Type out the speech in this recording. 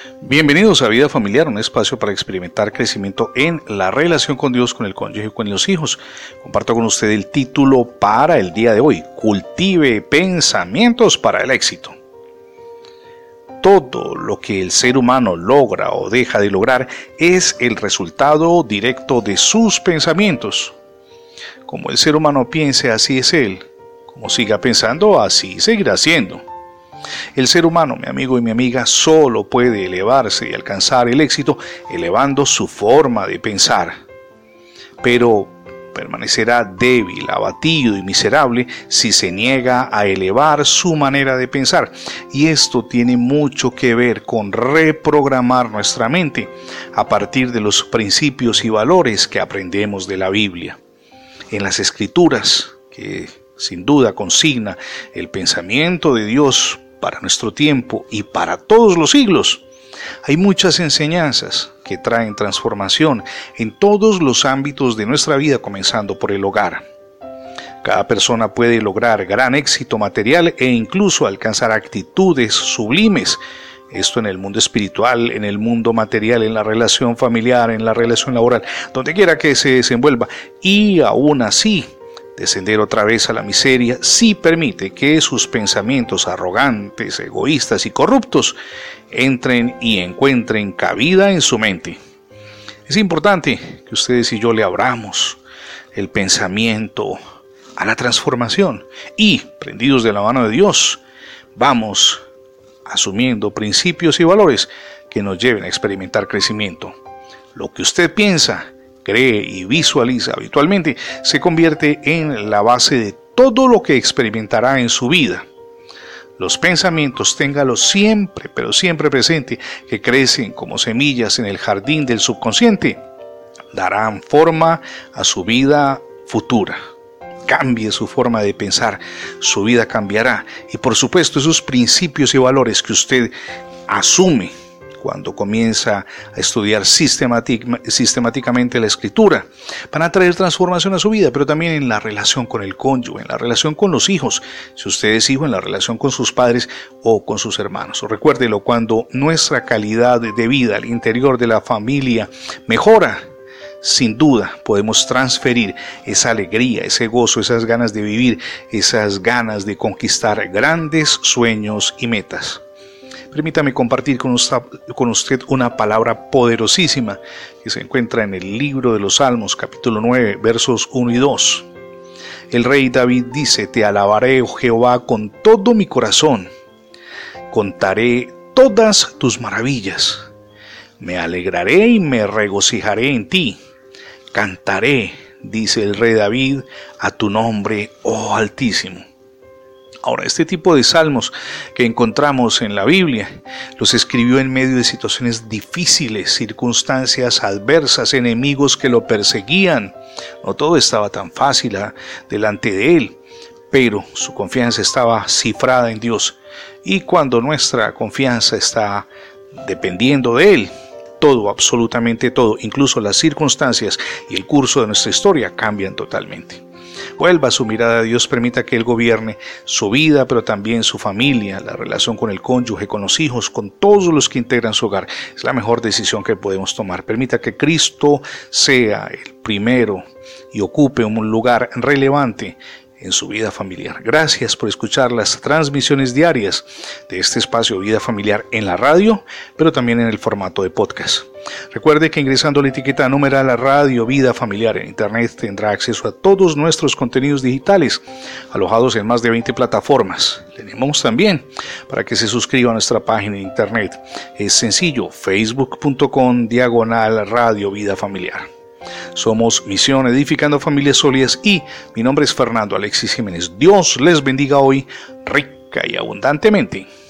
Bienvenidos a Vida Familiar, un espacio para experimentar crecimiento en la relación con Dios, con el cónyuge y con los hijos. Comparto con usted el título para el día de hoy: Cultive pensamientos para el éxito. Todo lo que el ser humano logra o deja de lograr es el resultado directo de sus pensamientos. Como el ser humano piense, así es él. Como siga pensando, así seguirá siendo. El ser humano, mi amigo y mi amiga, solo puede elevarse y alcanzar el éxito elevando su forma de pensar. Pero permanecerá débil, abatido y miserable si se niega a elevar su manera de pensar. Y esto tiene mucho que ver con reprogramar nuestra mente a partir de los principios y valores que aprendemos de la Biblia. En las Escrituras, que sin duda consigna el pensamiento de Dios para nuestro tiempo y para todos los siglos, hay muchas enseñanzas que traen transformación en todos los ámbitos de nuestra vida, comenzando por el hogar. Cada persona puede lograr gran éxito material e incluso alcanzar actitudes sublimes. Esto en el mundo espiritual, en el mundo material, en la relación familiar, en la relación laboral, donde quiera que se desenvuelva. Y aún así, descender otra vez a la miseria si permite que sus pensamientos arrogantes, egoístas y corruptos entren y encuentren cabida en su mente. Es importante que ustedes y yo le abramos el pensamiento a la transformación y, prendidos de la mano de Dios, vamos asumiendo principios y valores que nos lleven a experimentar crecimiento. Lo que usted piensa, cree y visualiza habitualmente se convierte en la base de todo lo que experimentará en su vida. Los pensamientos, téngalos siempre, pero siempre presente, que crecen como semillas en el jardín del subconsciente, darán forma a su vida futura. Cambie su forma de pensar, su vida cambiará. Y por supuesto, esos principios y valores que usted asume cuando comienza a estudiar sistemáticamente la Escritura, van a traer transformación a su vida, pero también en la relación con el cónyuge, en la relación con los hijos, si usted es hijo, en la relación con sus padres o con sus hermanos. O recuérdelo, cuando nuestra calidad de vida al interior de la familia mejora, sin duda podemos transferir esa alegría, ese gozo, esas ganas de vivir, esas ganas de conquistar grandes sueños y metas. Permítame compartir con usted una palabra poderosísima que se encuentra en el libro de los Salmos, capítulo 9, versos 1 y 2. El rey David dice: Te alabaré, oh Jehová, con todo mi corazón. Contaré todas tus maravillas. Me alegraré y me regocijaré en ti. Cantaré, dice el rey David, a tu nombre, oh Altísimo. Ahora, este tipo de salmos que encontramos en la Biblia los escribió en medio de situaciones difíciles, circunstancias adversas, enemigos que lo perseguían. No todo estaba tan fácil delante de él, pero su confianza estaba cifrada en Dios. Y cuando nuestra confianza está dependiendo de Él, todo, absolutamente todo, incluso las circunstancias y el curso de nuestra historia cambian totalmente. Vuelva su mirada a Dios, permita que Él gobierne su vida, pero también su familia, la relación con el cónyuge, con los hijos, con todos los que integran su hogar. Es la mejor decisión que podemos tomar. Permita que Cristo sea el primero y ocupe un lugar relevante en su vida familiar. Gracias por escuchar las transmisiones diarias de este espacio Vida Familiar en la radio, pero también en el formato de podcast. Recuerde que ingresando la etiqueta numeral a Radio Vida Familiar en Internet tendrá acceso a todos nuestros contenidos digitales, alojados en más de 20 plataformas. Le animamos también para que se suscriba a nuestra página de Internet. Es sencillo, facebook.com/Radio Vida Familiar. Somos Misión Edificando Familias Sólidas y mi nombre es Fernando Alexis Jiménez. Dios les bendiga hoy rica y abundantemente.